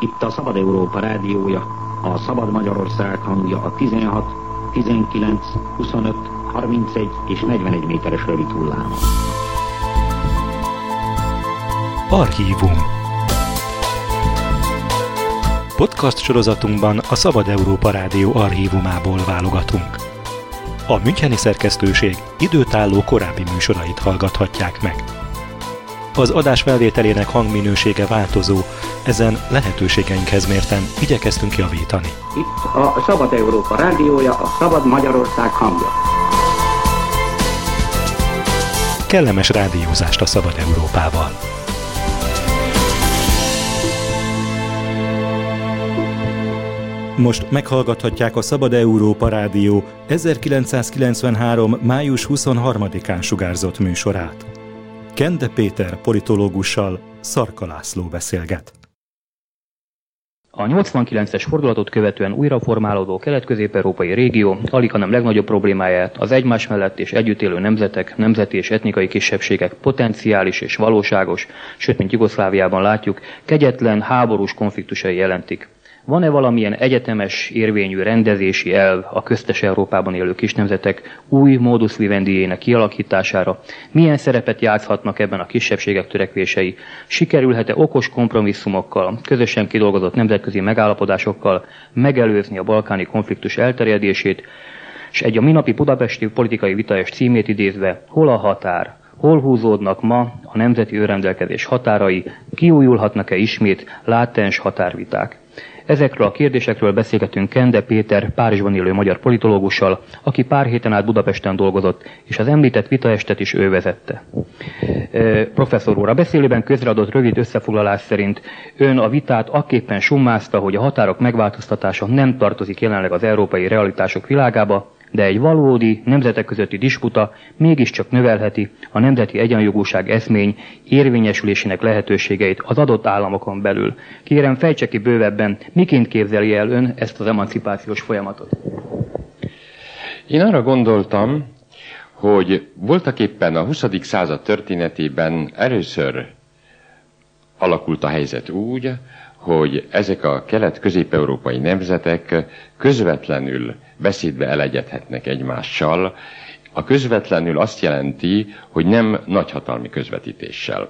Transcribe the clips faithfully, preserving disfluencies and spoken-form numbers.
Itt a Szabad Európa rádiója, a Szabad Magyarország hangja a tizenhat, tizenkilenc, huszonöt, harmincegy és negyvenegy méteres rövid hullámon. Archívum. Podcast sorozatunkban a Szabad Európa Rádió archívumából válogatunk. A müncheni szerkesztőség időtálló korábbi műsorait hallgathatják meg. Az adás felvételének hangminősége változó, ezen lehetőségeinkhez mérten igyekeztünk javítani. Itt a Szabad Európa rádiója, a Szabad Magyarország hangja. Kellemes rádiózást a Szabad Európával! Most meghallgathatják a Szabad Európa Rádió ezerkilencszázkilencvenhárom. május huszonharmadikán sugárzott műsorát. Kende Péter politológussal Szarka László beszélget. A nyolcvankilences fordulatot követően újraformálódó kelet-közép-európai régió alighanem legnagyobb problémáját az egymás mellett és együtt élő nemzetek, nemzeti és etnikai kisebbségek potenciális és valóságos, sőt, mint Jugoszláviában látjuk, kegyetlen háborús konfliktusai jelentik. Van-e valamilyen egyetemes érvényű rendezési elv a köztes Európában élő kisnemzetek új modus vivendiének kialakítására? Milyen szerepet játszhatnak ebben a kisebbségek törekvései? Sikerülhet-e okos kompromisszumokkal, közösen kidolgozott nemzetközi megállapodásokkal megelőzni a balkáni konfliktus elterjedését? És egy a minapi budapesti politikai vitaes címét idézve, hol a határ? Hol húzódnak ma a nemzeti önrendelkezés határai? Kiújulhatnak-e ismét látens határviták? Ezekről a kérdésekről beszélgetünk Kende Péter Párizsban élő magyar politológussal, aki pár héten át Budapesten dolgozott, és az említett vitaestet is ő vezette. E, professzor úr, a beszélőben közreadott rövid összefoglalás szerint ön a vitát akképpen summázta, hogy a határok megváltoztatása nem tartozik jelenleg az európai realitások világába, de egy valódi nemzetek közötti disputa mégiscsak növelheti a nemzeti egyenjogúság eszmény érvényesülésének lehetőségeit az adott államokon belül. Kérem, fejtse ki bővebben, miként képzeli el ön ezt az emancipációs folyamatot? Én arra gondoltam, hogy voltaképpen a huszadik század történetében először alakult a helyzet úgy, hogy ezek a kelet-közép-európai nemzetek közvetlenül beszédbe elegyedhetnek egymással. A közvetlenül azt jelenti, hogy nem nagyhatalmi közvetítéssel.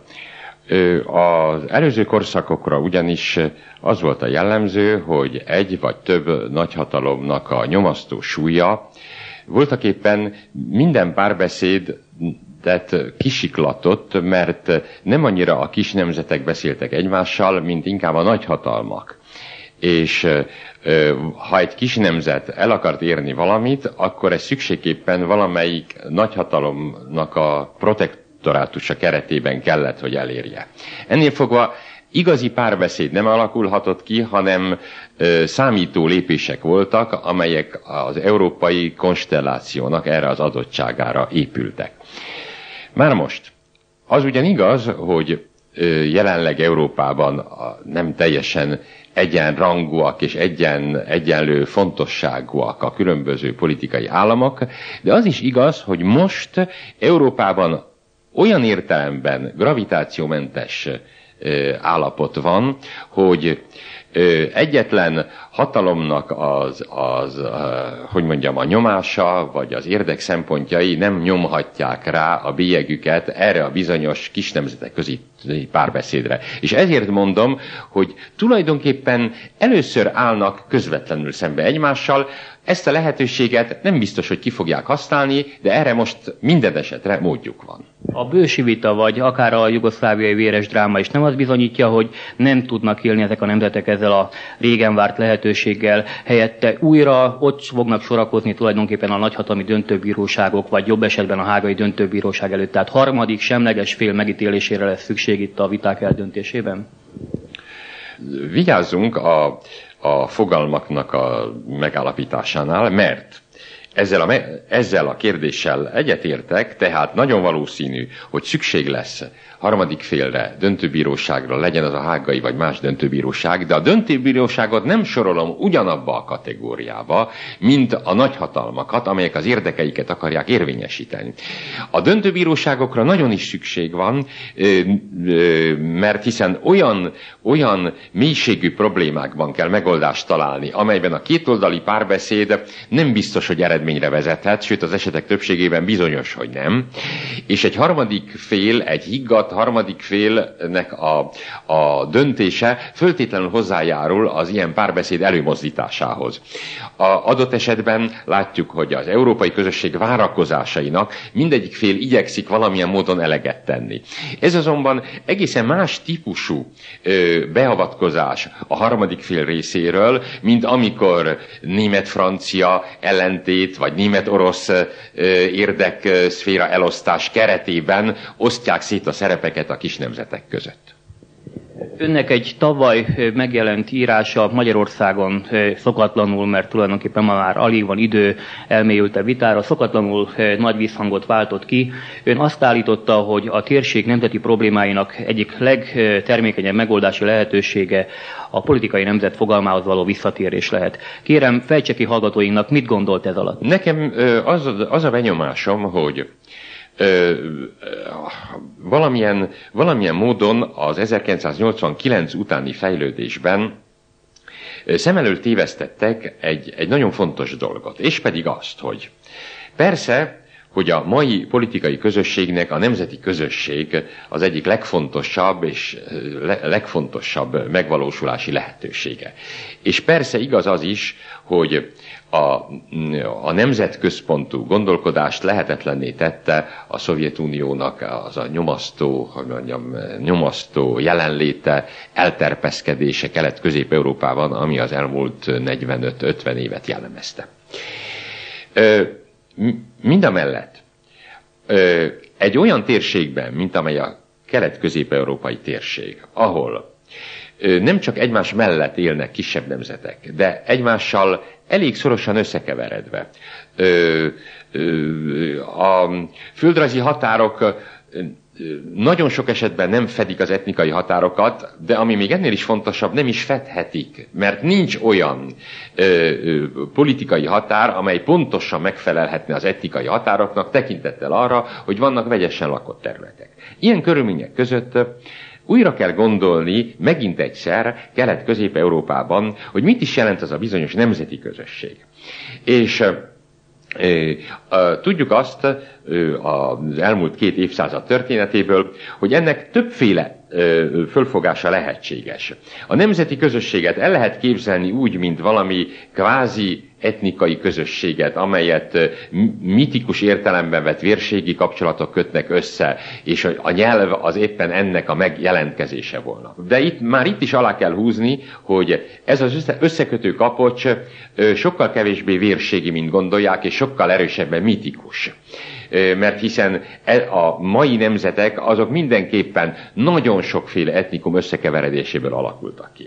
Az előző korszakokra ugyanis az volt a jellemző, hogy egy vagy több nagyhatalomnak a nyomasztó súlya voltaképpen minden párbeszéd tehát kisiklatott, mert nem annyira a kis nemzetek beszéltek egymással, mint inkább a nagyhatalmak. És ha egy kis nemzet el akart érni valamit, akkor ez szükségképpen valamelyik nagyhatalomnak a protektorátusa keretében kellett, hogy elérje. Ennél fogva igazi párbeszéd nem alakulhatott ki, hanem ö, számító lépések voltak, amelyek az európai konstellációnak erre az adottságára épültek. Már most, az ugyan igaz, hogy ö, jelenleg Európában a, nem teljesen egyenrangúak és egyen, egyenlő fontosságúak a különböző politikai államok, de az is igaz, hogy most Európában olyan értelemben gravitációmentes állapot van, hogy egyetlen hatalomnak az, az, hogy mondjam, a nyomása, vagy az érdek szempontjai nem nyomhatják rá a bélyegüket erre a bizonyos kis nemzetek közötti párbeszédre. És ezért mondom, hogy tulajdonképpen először állnak közvetlenül szembe egymással. Ezt a lehetőséget nem biztos, hogy ki fogják használni, de erre most minden esetre módjuk van. A bősi vita, vagy akár a jugoszláviai véres dráma is nem az bizonyítja, hogy nem tudnak élni ezek a nemzetek ezzel a régen várt lehetőséggel. Helyette újra ott fognak sorakozni tulajdonképpen a nagyhatalmi döntőbíróságok, vagy jobb esetben a hágai döntőbíróság előtt. Tehát harmadik semleges fél megítélésére lesz szükség itt a viták eldöntésében? Vigyázzunk a, a fogalmaknak a megállapításánál, mert ezzel a, ezzel a kérdéssel egyetértek, tehát nagyon valószínű, hogy szükség lesz harmadik félre, döntőbíróságra, legyen az a hágai vagy más döntőbíróság, de a döntőbíróságot nem sorolom ugyanabba a kategóriába, mint a nagyhatalmakat, amelyek az érdekeiket akarják érvényesíteni. A döntőbíróságokra nagyon is szükség van, mert hiszen olyan, olyan mélységű problémákban kell megoldást találni, amelyben a kétoldali párbeszéd nem biztos, hogy eredményre vezethet, sőt az esetek többségében bizonyos, hogy nem. És egy harmadik fél, egy higgadt harmadik félnek a, a döntése föltétlenül hozzájárul az ilyen párbeszéd előmozdításához. A adott esetben látjuk, hogy az európai közösség várakozásainak mindegyik fél igyekszik valamilyen módon eleget tenni. Ez azonban egészen más típusú ö, beavatkozás a harmadik fél részéről, mint amikor német-francia ellentét, vagy német-orosz érdekszféra elosztás keretében osztják szét a szerepeket a kis nemzetek között. Önnek egy tavaly megjelent írása Magyarországon szokatlanul, mert tulajdonképpen ma már alig van idő elmélyülte vitára, szokatlanul nagy visszhangot váltott ki. Ön azt állította, hogy a térség nemzeti problémáinak egyik legtermékenyebb megoldási lehetősége a politikai nemzet fogalmához való visszatérés lehet. Kérem, fejtse ki hallgatóinknak, mit gondolt ez alatt? Nekem az, az a benyomásom, hogy Ö, valamilyen, valamilyen módon az ezerkilencszáznyolcvankilenc utáni fejlődésben szem előtt tévesztettek egy, egy nagyon fontos dolgot, és pedig azt, hogy persze, hogy a mai politikai közösségnek a nemzeti közösség az egyik legfontosabb és le, legfontosabb megvalósulási lehetősége. És persze igaz az is, hogy a, a nemzetközpontú gondolkodást lehetetlenné tette a Szovjetuniónak az a nyomasztó, hogy mondjam, nyomasztó jelenléte, elterpeszkedése Kelet-Közép-Európában, ami az elmúlt negyvenöt-ötven évet jellemezte. Mindamellett egy olyan térségben, mint amely a kelet-közép-európai térség, ahol nem csak egymás mellett élnek kisebb nemzetek, de egymással elég szorosan összekeveredve. A földrajzi határok nagyon sok esetben nem fedik az etnikai határokat, de ami még ennél is fontosabb, nem is fedhetik, mert nincs olyan ö, ö, politikai határ, amely pontosan megfelelhetne az etnikai határoknak, tekintettel arra, hogy vannak vegyesen lakott területek. Ilyen körülmények között újra kell gondolni megint egyszer Kelet-Közép-Európában, hogy mit is jelent az a bizonyos nemzeti közösség. És tudjuk azt az elmúlt két évszázad történetéből, hogy ennek többféle fölfogása lehetséges. A nemzeti közösséget el lehet képzelni úgy, mint valami kvázi etnikai közösséget, amelyet mitikus értelemben vett vérségi kapcsolatok kötnek össze, és a nyelv az éppen ennek a megjelentkezése volna. De itt már itt is alá kell húzni, hogy ez az összekötő kapocs sokkal kevésbé vérségi, mint gondolják, és sokkal erősebben mitikus. Mert hiszen a mai nemzetek azok mindenképpen nagyon sokféle etnikum összekeveredéséből alakultak ki.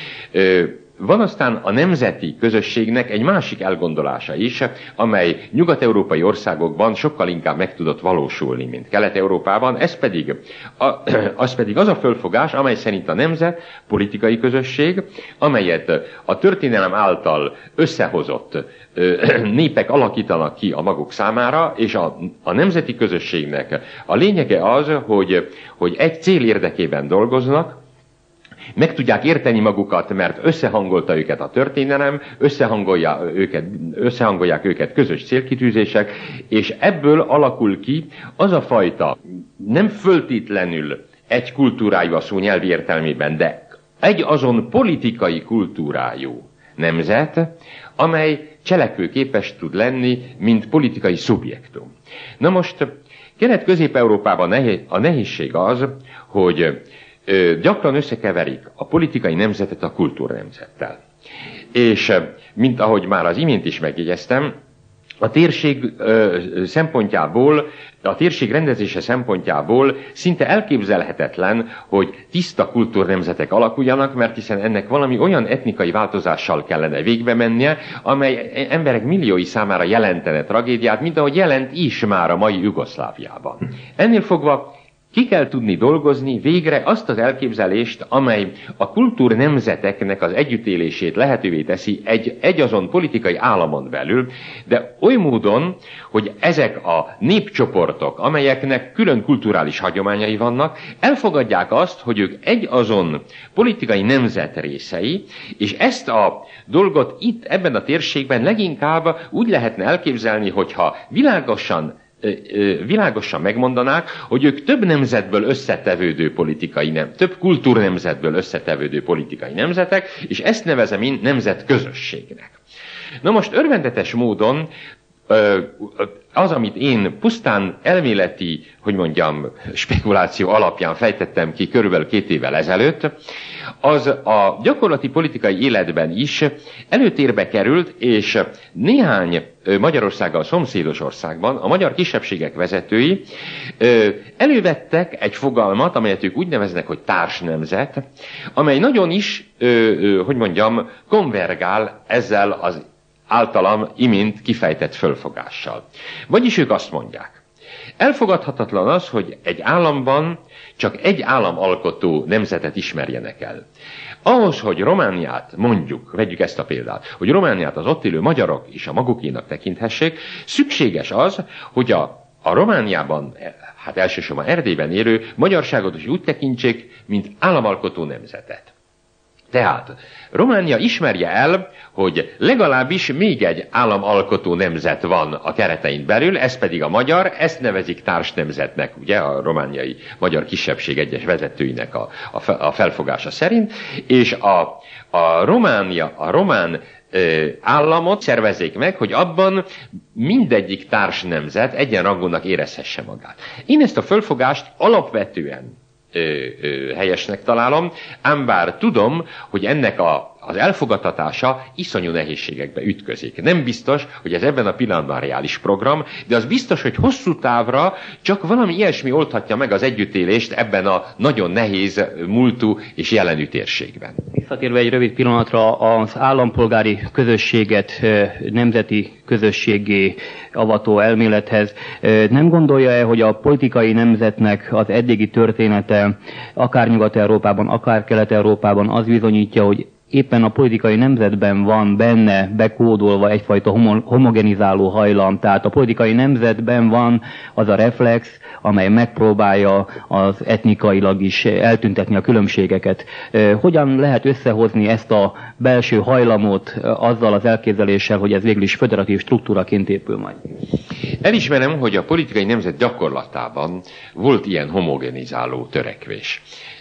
Van aztán a nemzeti közösségnek egy másik elgondolása is, amely nyugat-európai országokban sokkal inkább meg tudott valósulni, mint Kelet-Európában, ez pedig, a, az pedig az a fölfogás, amely szerint a nemzet politikai közösség, amelyet a történelem által összehozott népek alakítanak ki a maguk számára, és a, a nemzeti közösségnek a lényege az, hogy, hogy egy cél érdekében dolgoznak, meg tudják érteni magukat, mert összehangolta őket a történelem, összehangolja őket, összehangolják őket közös célkitűzések, és ebből alakul ki az a fajta, nem föltétlenül egy kultúrájú a szó nyelvi értelmében, de egy azon politikai kultúrájú nemzet, amely cselekvőképes tud lenni, mint politikai szubjektum. Na most Kelet-Közép-Európában a nehézség az, hogy gyakran összekeverik a politikai nemzetet a kultúrnemzettel. És mint ahogy már az imént is megjegyeztem, a térség ö, szempontjából, a térség rendezése szempontjából szinte elképzelhetetlen, hogy tiszta kultúrnemzetek alakuljanak, mert hiszen ennek valami olyan etnikai változással kellene végbe mennie, amely emberek milliói számára jelentene tragédiát, mint ahogy jelent is már a mai Jugoszláviában. Ennél fogva ki kell tudni dolgozni végre azt az elképzelést, amely a kultúrnemzeteknek az együttélését lehetővé teszi egy egyazon politikai államon belül, de oly módon, hogy ezek a népcsoportok, amelyeknek külön kulturális hagyományai vannak, elfogadják azt, hogy ők egyazon politikai nemzet részei, és ezt a dolgot itt ebben a térségben leginkább úgy lehetne elképzelni, hogyha világosan világosan megmondanák, hogy ők több nemzetből összetevődő politikai nem, több kultúrnemzetből összetevődő politikai nemzetek, és ezt nevezem én nemzetközösségnek. Na most örvendetes módon az, amit én pusztán elméleti, hogy mondjam, spekuláció alapján fejtettem ki körülbelül két évvel ezelőtt, az a gyakorlati politikai életben is előtérbe került, és néhány Magyarországgal szomszédos országban a magyar kisebbségek vezetői elővettek egy fogalmat, amelyet ők úgy neveznek, hogy társnemzet, amely nagyon is, hogy mondjam, konvergál ezzel az általam imént kifejtett fölfogással. Vagyis ők azt mondják, elfogadhatatlan az, hogy egy államban csak egy államalkotó nemzetet ismerjenek el. Ahhoz, hogy Romániát mondjuk, vegyük ezt a példát, hogy Romániát az ott élő magyarok is a magukénak tekinthessék, szükséges az, hogy a, a Romániában, hát elsősorban Erdélyben élő magyarságot is úgy tekintsék, mint államalkotó nemzetet. Tehát Románia ismerje el, hogy legalábbis még egy államalkotó nemzet van a keretein belül, ez pedig a magyar, ezt nevezik társnemzetnek, ugye, a romániai magyar kisebbség egyes vezetőinek a, a felfogása szerint, és a, a Románia, a román ö, államot szervezzék meg, hogy abban mindegyik társnemzet egyenrangúnak érezhesse magát. Én ezt a felfogást alapvetően Ö, ö, helyesnek találom, ám bár tudom, hogy ennek a, az elfogadtatása iszonyú nehézségekbe ütközik. Nem biztos, hogy ez ebben a pillanatban reális program, de az biztos, hogy hosszú távra csak valami ilyesmi oldhatja meg az együttélést ebben a nagyon nehéz múltú és jelenű térségben. Visszatérve egy rövid pillanatra az állampolgári közösséget nemzeti közösségé avató elmélethez, nem gondolja-e, hogy a politikai nemzetnek az eddigi története, akár Nyugat-Európában, akár Kelet-Európában az bizonyítja, hogy éppen a politikai nemzetben van benne bekódolva egyfajta homo- homogenizáló hajlam, tehát a politikai nemzetben van az a reflex, amely megpróbálja az etnikailag is eltüntetni a különbségeket. Hogyan lehet összehozni ezt a belső hajlamot azzal az elképzeléssel, hogy ez végül is föderatív struktúraként épül majd? Elismerem, hogy a politikai nemzet gyakorlatában volt ilyen homogenizáló törekvés.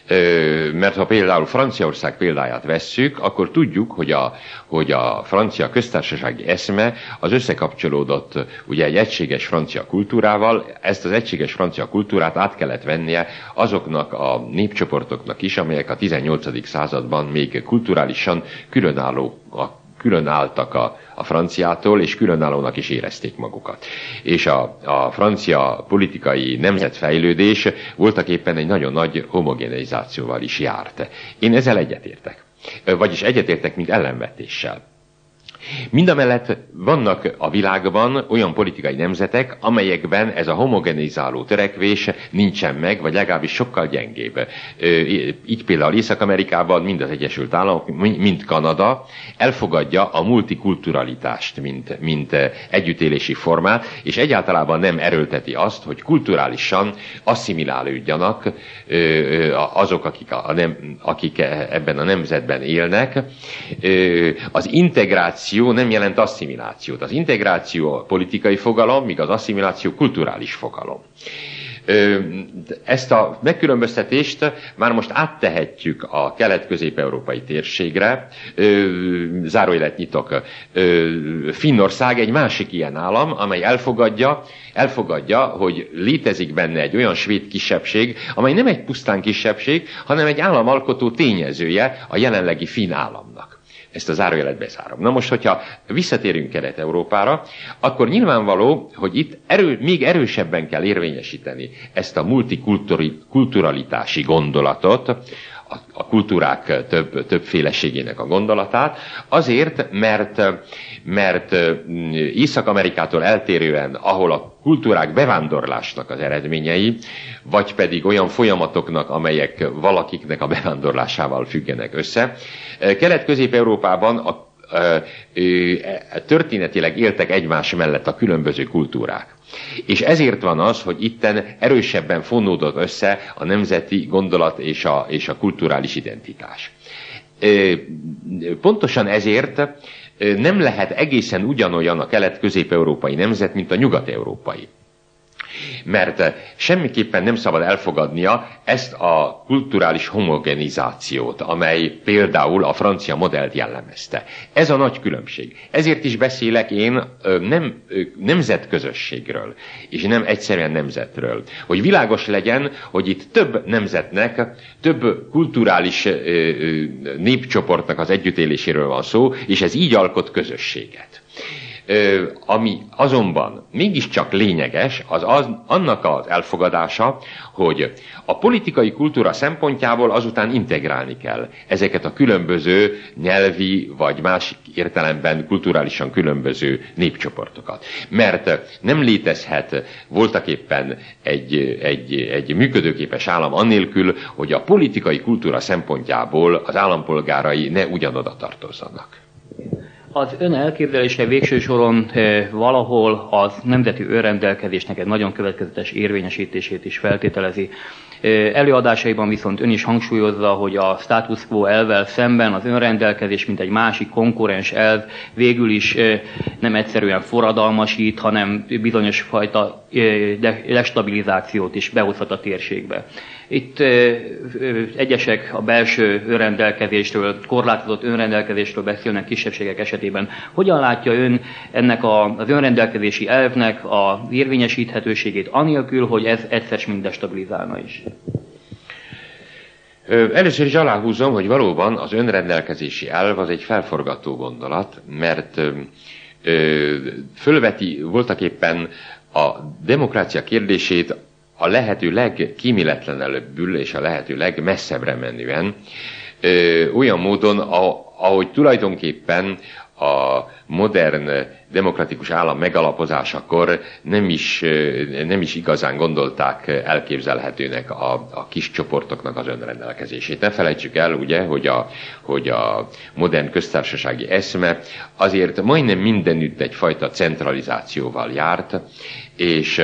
Mert ha például Franciaország példáját vesszük, akkor tudjuk, hogy a, hogy a francia köztársasági eszme az összekapcsolódott ugye egy egységes francia kultúrával, ezt az egységes francia kultúrát át kellett vennie azoknak a népcsoportoknak is, amelyek a tizennyolcadik században még kulturálisan különálló külön álltak a, a franciától, és különállónak is érezték magukat. És a, a francia politikai nemzetfejlődés voltak éppen egy nagyon nagy homogenizációval is járt. Én ezzel egyetértek. Vagyis egyetértek, mint ellenvetéssel. Mindamellett vannak a világban olyan politikai nemzetek, amelyekben ez a homogenizáló törekvés nincsen meg, vagy legalábbis sokkal gyengébb. Így például Észak-Amerikában mind az Egyesült Államok, mind Kanada elfogadja a multikulturalitást, mint, mint együttélési formát, és egyáltalán nem erőlteti azt, hogy kulturálisan asszimilálódjanak azok, akik, a nem, akik ebben a nemzetben élnek. Az integráció nem jelent asszimilációt. Az integráció politikai fogalom, míg az asszimiláció kulturális fogalom. Ezt a megkülönböztetést már most áttehetjük a kelet-közép-európai térségre. Zárójelet nyitok. Finnország egy másik ilyen állam, amely elfogadja, elfogadja, hogy létezik benne egy olyan svéd kisebbség, amely nem egy pusztán kisebbség, hanem egy államalkotó tényezője a jelenlegi finn államnak. Ezt a zárójelet bezárom. Na most, hogyha visszatérünk Kelet-Európára, akkor nyilvánvaló, hogy itt erő, még erősebben kell érvényesíteni ezt a multikulturalitási gondolatot, a, a kultúrák több, többféleségének a gondolatát, azért, mert, mert Észak-Amerikától eltérően, ahol a kultúrák bevándorlásnak az eredményei, vagy pedig olyan folyamatoknak, amelyek valakiknek a bevándorlásával függenek össze, Kelet-Közép-Európában a történetileg éltek egymás mellett a különböző kultúrák. És ezért van az, hogy itten erősebben fonódott össze a nemzeti gondolat és a, és a kulturális identitás. Pontosan ezért nem lehet egészen ugyanolyan a kelet-közép-európai nemzet, mint a nyugat-európai. Mert semmiképpen nem szabad elfogadnia ezt a kulturális homogenizációt, amely például a francia modellt jellemezte. Ez a nagy különbség. Ezért is beszélek én nem nemzetközösségről, és nem egyszerűen nemzetről. Hogy világos legyen, hogy itt több nemzetnek, több kulturális népcsoportnak az együttéléséről van szó, és ez így alkot közösséget. Ami azonban mégiscsak lényeges, az, az annak az elfogadása, hogy a politikai kultúra szempontjából azután integrálni kell ezeket a különböző nyelvi vagy másik értelemben kulturálisan különböző népcsoportokat. Mert nem létezhet voltaképpen egy, egy, egy működőképes állam annélkül, hogy a politikai kultúra szempontjából az állampolgárai ne ugyanoda tartozzanak. Az ön elképzelése végső soron e, valahol az nemzeti önrendelkezésnek egy nagyon következetes érvényesítését is feltételezi. E, előadásaiban viszont ön is hangsúlyozza, hogy a status quo elvvel szemben az önrendelkezés, mint egy másik konkurens elv végül is e, nem egyszerűen forradalmasít, hanem bizonyos fajta e, destabilizációt is behozhat a térségbe. Itt ö, ö, egyesek a belső önrendelkezésről, korlátozott önrendelkezésről beszélnek kisebbségek esetében. Hogyan látja ön ennek a, az önrendelkezési elvnek az érvényesíthetőségét, anélkül, hogy ez egyszer mind destabilizálna is? Először is aláhúzom, hogy valóban az önrendelkezési elv az egy felforgató gondolat, mert ö, ö, fölveti voltaképpen a demokrácia kérdését a lehető legkíméletlenebbül és a lehető legmesszebbre menően, ö, olyan módon, ahogy tulajdonképpen a modern demokratikus állam megalapozásakor nem is, nem is igazán gondolták elképzelhetőnek a, a kis csoportoknak az önrendelkezését. Ne felejtsük el, ugye, hogy a, hogy a modern köztársasági eszme azért majdnem mindenütt egyfajta centralizációval járt, és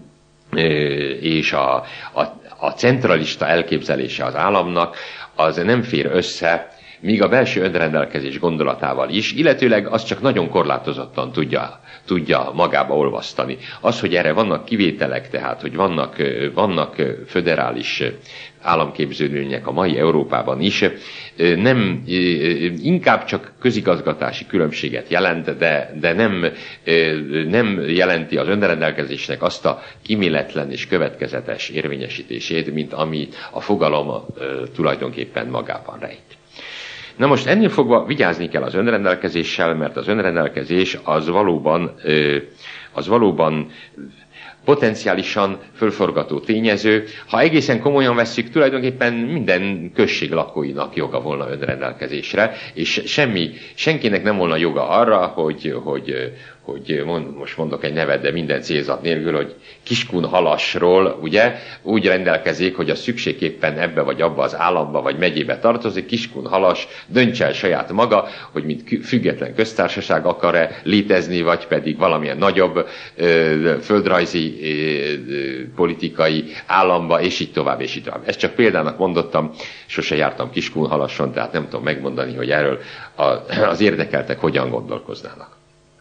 és a, a, a centralista elképzelése az államnak az nem fér össze, míg a belső önrendelkezés gondolatával is, illetőleg azt csak nagyon korlátozottan tudja, tudja magába olvasztani. Az, hogy erre vannak kivételek, tehát, hogy vannak, vannak föderális államképződmények a mai Európában is, nem, inkább csak közigazgatási különbséget jelent, de, de nem, nem jelenti az önrendelkezésnek azt a kíméletlen és következetes érvényesítését, mint ami a fogalom tulajdonképpen magában rejt. Na most ennél fogva vigyázni kell az önrendelkezéssel, mert az önrendelkezés az valóban, az valóban potenciálisan fölforgató tényező. Ha egészen komolyan vesszük, tulajdonképpen minden község lakóinak joga volna önrendelkezésre, és semmi, senkinek nem volna joga arra, hogy, hogy, hogy mond, most mondok egy nevet, de minden célzat nélkül, hogy Kiskunhalasról ugye úgy rendelkezik, hogy a szükségképpen ebbe vagy abba az államba vagy megyébe tartozik, Kiskunhalas döntse el saját maga, hogy mint független köztársaság akar-e létezni, vagy pedig valamilyen nagyobb ö, földrajzi ö, politikai államba, és így tovább, és így tovább. Ezt csak példának mondottam, sose jártam Kiskunhalason, tehát nem tudom megmondani, hogy erről a, az érdekeltek hogyan gondolkoznának.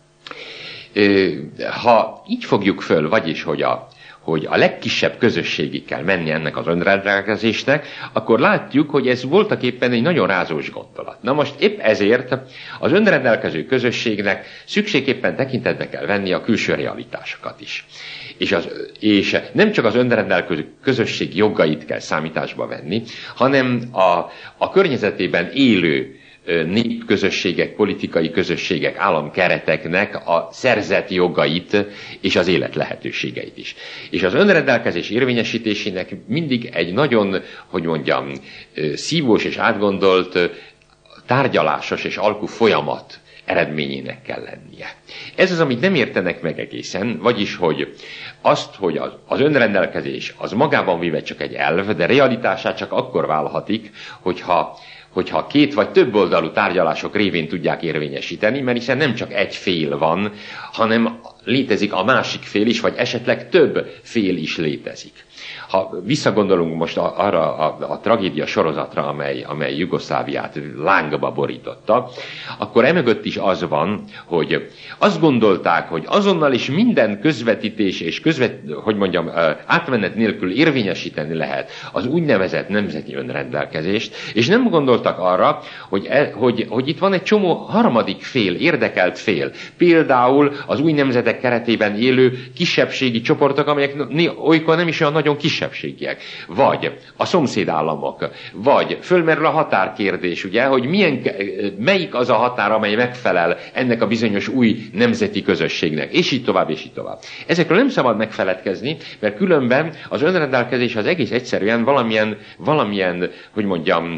Ha így fogjuk föl, vagyis, hogy a, hogy a legkisebb közösségig kell menni ennek az önrendelkezésnek, akkor látjuk, hogy ez voltaképpen egy nagyon rázós gondolat. Na most épp ezért az önrendelkező közösségnek szükségképpen tekintetbe kell venni a külső realitásokat is. És, az, és nem csak az önrendelkező közösség jogait kell számításba venni, hanem a, a környezetében élő népközösségek, politikai közösségek, államkereteknek a szerzett jogait és az élet lehetőségeit is. És az önrendelkezés érvényesítésének mindig egy nagyon, hogy mondjam, szívós és átgondolt, tárgyalásos és alkú folyamat eredményének kell lennie. Ez az, amit nem értenek meg egészen, vagyis, hogy azt, hogy az, az önrendelkezés az magában véve csak egy elv, de realitását csak akkor válhatik, hogyha hogyha két vagy több oldalú tárgyalások révén tudják érvényesíteni, mert hiszen nem csak egy fél van, hanem létezik a másik fél is, vagy esetleg több fél is létezik. Ha visszagondolunk most arra a, a tragédia sorozatra, amely, amely Jugoszláviát lángba borította, akkor emögött is az van, hogy azt gondolták, hogy azonnal is minden közvetítés és közvet, hogy mondjam, átmenet nélkül érvényesíteni lehet az úgynevezett nemzeti önrendelkezést, és nem gondoltak arra, hogy, e, hogy, hogy itt van egy csomó harmadik fél, érdekelt fél. Például az új nemzetek keretében élő kisebbségi csoportok, amelyek olykor nem is olyan nagyon kisebbségiek. Vagy a szomszédállamok, vagy fölmerül a határkérdés, ugye, hogy milyen, melyik az a határ, amely megfelel ennek a bizonyos új nemzeti közösségnek, és így tovább, és így tovább. Ezekről nem szabad megfeledkezni, mert különben az önrendelkezés az egész egyszerűen valamilyen, valamilyen, hogy mondjam,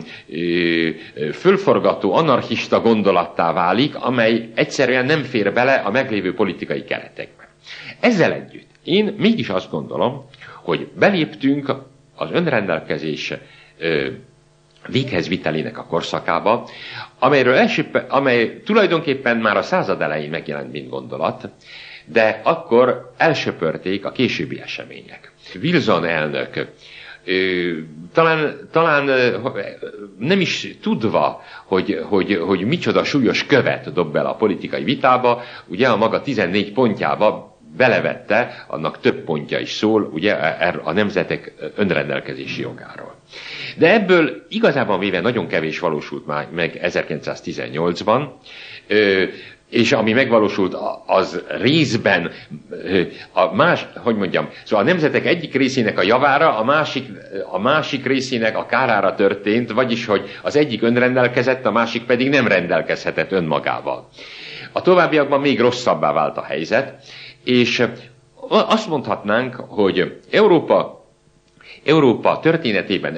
fölforgató, anarchista gondolattá válik, amely egyszerűen nem fér bele a meglévő politikai keretekbe. Ezzel együtt én mégis azt gondolom, hogy beléptünk az önrendelkezés véghezvitelének a korszakába, amelyről első, amely tulajdonképpen már a század elején megjelent, mint gondolat, de akkor elsöpörték a későbbi események. Wilson elnök talán, talán nem is tudva, hogy, hogy, hogy micsoda súlyos követ dob bele a politikai vitába, ugye a maga tizennégy pontjába belevette, annak több pontja is szól, ugye a nemzetek önrendelkezési jogáról. De ebből igazában véve nagyon kevés valósult meg ezerkilencszáztizennyolcban, és ami megvalósult, az részben a más, hogy mondjam, szóval a nemzetek egyik részének a javára, a másik, a másik részének a kárára történt, vagyis, hogy az egyik önrendelkezett, a másik pedig nem rendelkezhetett önmagával. A továbbiakban még rosszabbá vált a helyzet, és azt mondhatnánk, hogy Európa Európa történetében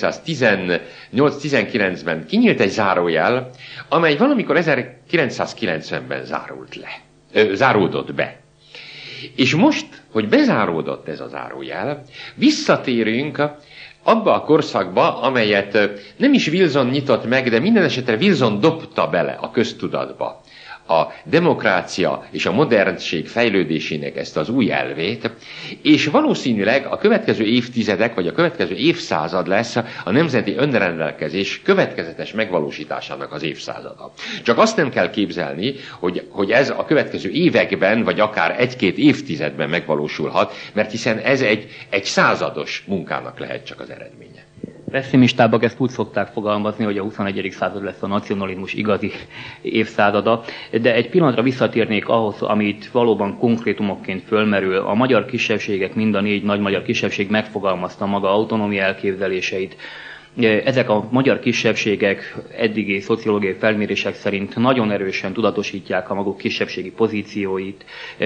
ezerkilencszáztizennyolc-tizenkilencben kinyílt egy zárójel, amely valamikor ezerkilencszázkilencvenben zárult le, ö, záródott be. És most, hogy bezáródott ez a zárójel, visszatérünk abba a korszakba, amelyet nem is Wilson nyitott meg, de minden esetre Wilson dobta bele a köztudatba a demokrácia és a modernség fejlődésének ezt az új elvét, és valószínűleg a következő évtizedek, vagy a következő évszázad lesz a nemzeti önrendelkezés következetes megvalósításának az évszázada. Csak azt nem kell képzelni, hogy, hogy ez a következő években, vagy akár egy-két évtizedben megvalósulhat, mert hiszen ez egy, egy százados munkának lehet csak az eredménye. Pessimistábbak ezt úgy szokták fogalmazni, hogy a huszonegyedik század lesz a nacionalizmus igazi évszázada, de egy pillanatra visszatérnék ahhoz, amit valóban konkrétumokként fölmerül. A magyar kisebbségek, mind a négy nagy magyar kisebbség megfogalmazta maga autonómia elképzeléseit. Ezek a magyar kisebbségek eddigi szociológiai felmérések szerint nagyon erősen tudatosítják a maguk kisebbségi pozícióit.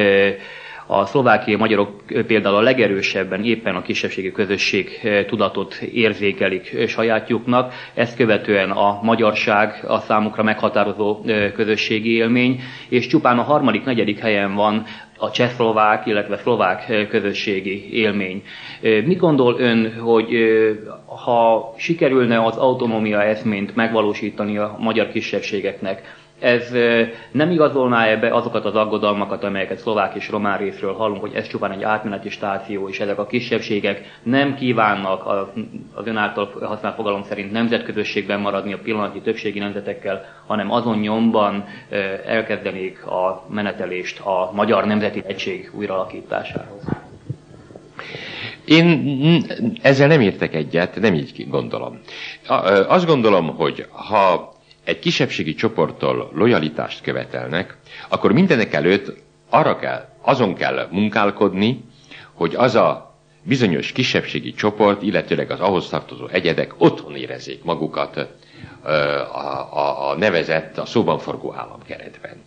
A szlovákiai magyarok például a legerősebben éppen a kisebbségi közösség tudatot érzékelik sajátjuknak, ezt követően a magyarság a számukra meghatározó közösségi élmény, és csupán a harmadik, negyedik helyen van a csehszlovák, illetve szlovák közösségi élmény. Mit gondol ön, hogy ha sikerülne az autonómia eszményt megvalósítani a magyar kisebbségeknek, ez nem igazolná ebbe azokat az aggodalmakat, amelyeket szlovák és román részről hallunk, hogy ez csupán egy átmeneti stáció, és ezek a kisebbségek nem kívánnak az ön által használt fogalom szerint nemzetközösségben maradni a pillanatnyi többségi nemzetekkel, hanem azon nyomban elkezdenék a menetelést a magyar nemzeti egység újraalakításához. Én ezzel nem értek egyet, nem így gondolom. Azt gondolom, hogy ha egy kisebbségi csoporttól lojalitást követelnek, akkor mindenek előtt arra kell, azon kell munkálkodni, hogy az a bizonyos kisebbségi csoport, illetőleg az ahhoz tartozó egyedek otthon érezzék magukat a, a, a nevezett, a szóban forgó államkeretben.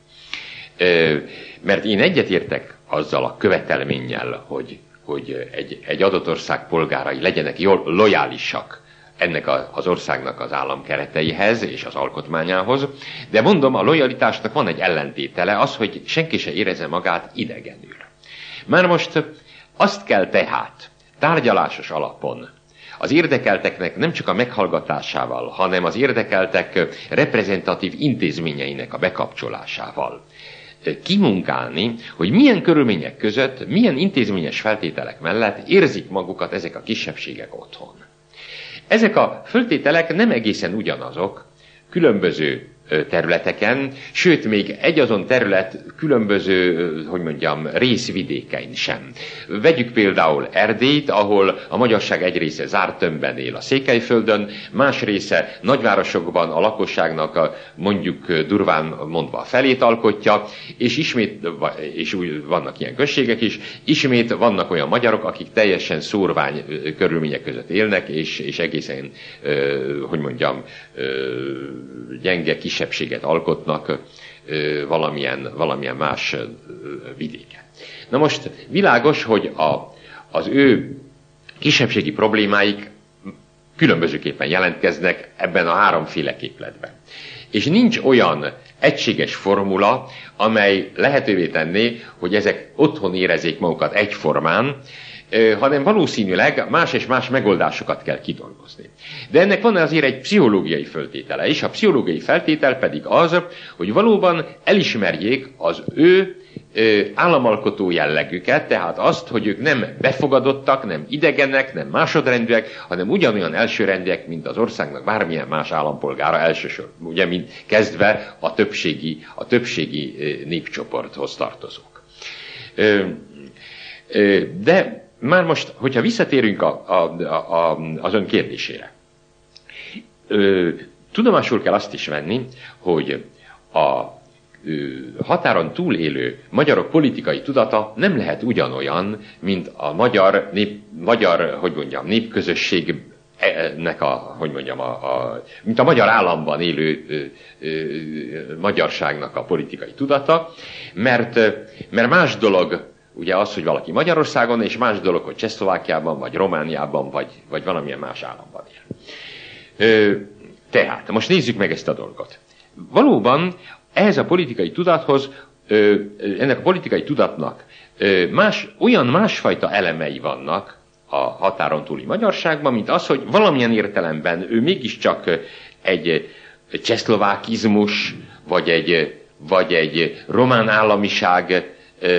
Mert én egyetértek azzal a követelménnyel, hogy, hogy egy, egy adott ország polgárai legyenek jól lojálisak ennek a, az országnak az államkereteihez és az alkotmányához, de mondom, a lojalitásnak van egy ellentétele, az, hogy senki se érezze magát idegenül. Már most azt kell tehát tárgyalásos alapon az érdekelteknek nem csak a meghallgatásával, hanem az érdekeltek reprezentatív intézményeinek a bekapcsolásával kimunkálni, hogy milyen körülmények között, milyen intézményes feltételek mellett érzik magukat ezek a kisebbségek otthon. Ezek a feltételek nem egészen ugyanazok különböző területeken, sőt még egy azon terület különböző, hogy mondjam, részvidékein sem. Vegyük például Erdélyt, ahol a magyarság egy része zárt tömbben él a Székelyföldön, más része nagyvárosokban a lakosságnak a, mondjuk durván mondva a felét alkotja, és ismét, és úgy vannak ilyen községek is, ismét vannak olyan magyarok, akik teljesen szórvány körülmények között élnek, és, és egészen, hogy mondjam, gyenge kis kisebbséget alkotnak valamilyen, valamilyen más vidéken. Na most világos, hogy a, az ő kisebbségi problémáik különbözőképpen jelentkeznek ebben a háromféle képletben. És nincs olyan egységes formula, amely lehetővé tenné, hogy ezek otthon érezzék magukat egyformán, hanem valószínűleg más és más megoldásokat kell kidolgozni. De ennek van azért egy pszichológiai feltétele is. A pszichológiai feltétel pedig az, hogy valóban elismerjék az ő államalkotó jellegüket, tehát azt, hogy ők nem befogadottak, nem idegenek, nem másodrendűek, hanem ugyanolyan elsőrendűek, mint az országnak bármilyen más állampolgára elsősorban, ugye, mint kezdve a többségi, a többségi népcsoporthoz tartozók. De már most, hogyha visszatérünk a, a, a, az ön kérdésére, ö, tudomásul kell azt is venni, hogy a ö, határon túl élő magyarok politikai tudata nem lehet ugyanolyan, mint a magyar, nép, magyar hogy mondjam, népközösségnek a, hogy mondjam, a, a, mint a magyar államban élő ö, ö, magyarságnak a politikai tudata, mert, mert más dolog, ugye az, hogy valaki Magyarországon, és más dolog, hogy Csehszlovákiában, vagy Romániában, vagy, vagy valamilyen más államban él. Ö, tehát, most nézzük meg ezt a dolgot. Valóban ehhez a politikai tudathoz, ö, ennek a politikai tudatnak ö, más, olyan másfajta elemei vannak a határon túli magyarságban, mint az, hogy valamilyen értelemben ő mégiscsak egy csehszlovákizmus, vagy egy, vagy egy román államiság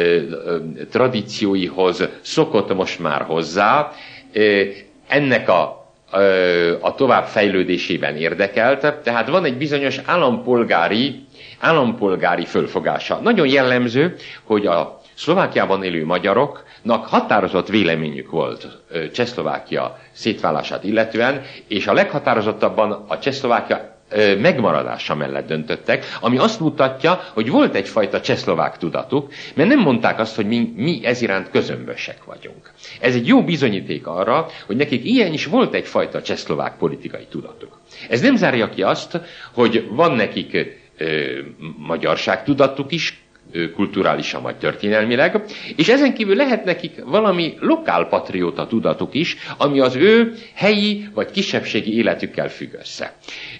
tradícióihoz szokott most már hozzá, ennek a, a továbbfejlődésében érdekelt, tehát van egy bizonyos állampolgári, állampolgári fölfogása. Nagyon jellemző, hogy a Szlovákiában élő magyaroknak határozott véleményük volt Csehszlovákia szétválását illetően, és a leghatározottabban a Csehszlovákia megmaradása mellett döntöttek, ami azt mutatja, hogy volt egyfajta csehszlovák tudatuk, mert nem mondták azt, hogy mi, mi ez iránt közömbösek vagyunk. Ez egy jó bizonyíték arra, hogy nekik ilyen is volt egyfajta csehszlovák politikai tudatuk. Ez nem zárja ki azt, hogy van nekik ö, magyarság tudatuk is, kulturálisan vagy történelmileg, és ezen kívül lehet nekik valami lokálpatrióta tudatuk is, ami az ő helyi vagy kisebbségi életükkel függ össze.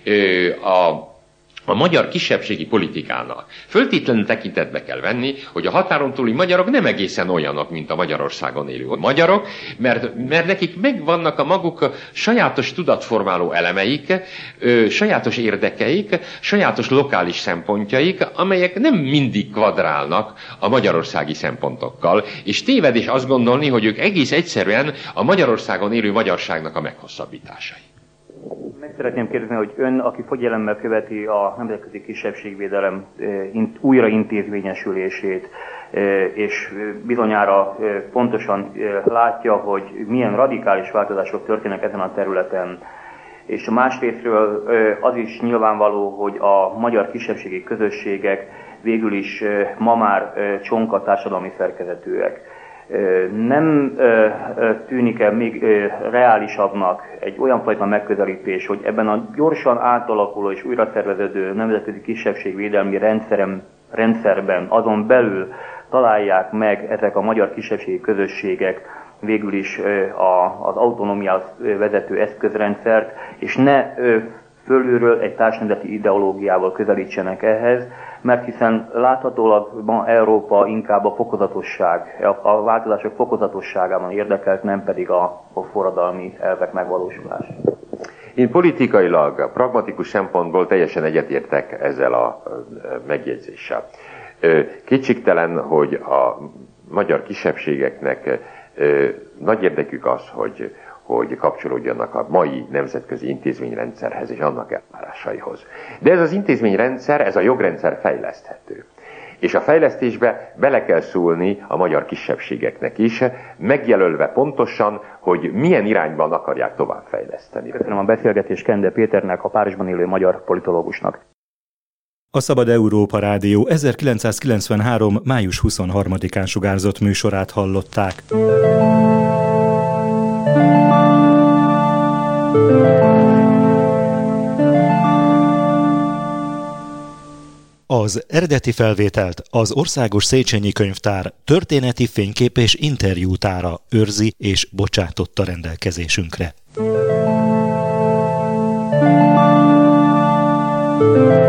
A, a magyar kisebbségi politikának föltétlenül tekintetbe kell venni, hogy a határon túli magyarok nem egészen olyanok, mint a Magyarországon élő magyarok, mert, mert nekik megvannak a maguk sajátos tudatformáló elemeik, ö, sajátos érdekeik, sajátos lokális szempontjaik, amelyek nem mindig kvadrálnak a magyarországi szempontokkal, és tévedés azt gondolni, hogy ők egész egyszerűen a Magyarországon élő magyarságnak a meghosszabbításai. Meg szeretném kérdezni, hogy ön, aki figyelemmel követi a nemzetközi kisebbségvédelem újraintézményesülését, és bizonyára pontosan látja, hogy milyen radikális változások történnek ezen a területen, és másrésztről az is nyilvánvaló, hogy a magyar kisebbségi közösségek végül is ma már csonka társadalmi szerkezetűek. Nem tűnik-e még reálisabbnak egy olyan fajta megközelítés, hogy ebben a gyorsan átalakuló és újra szerveződő nemzetközi kisebbségvédelmi rendszerem, rendszerben azon belül találják meg ezek a magyar kisebbségi közösségek végül is az autonómiához vezető eszközrendszert, és ne fölülről egy társnemzeti ideológiával közelítsenek ehhez, mert hiszen láthatólag ma Európa inkább a fokozatosság, a változások fokozatosságában érdekelt, nem pedig a forradalmi elvek megvalósulása. Én politikailag, pragmatikus szempontból teljesen egyetértek ezzel a megjegyzéssel. Kétségtelen, hogy a magyar kisebbségeknek nagy érdekük az, hogy, hogy kapcsolódjanak a mai nemzetközi intézményrendszerhez és annak elvárásaihoz. De ez az intézményrendszer, ez a jogrendszer fejleszthető. És a fejlesztésbe bele kell szólni a magyar kisebbségeknek is, megjelölve pontosan, hogy milyen irányban akarják továbbfejleszteni. Köszönöm a beszélgetést Kende Péternek, a Párizsban élő magyar politológusnak. A Szabad Európa Rádió ezerkilencszázkilencvenhárom. május huszonharmadikán sugárzott műsorát hallották. Az eredeti felvételt az Országos Széchenyi Könyvtár történeti fénykép és interjútára őrzi és bocsátotta rendelkezésünkre.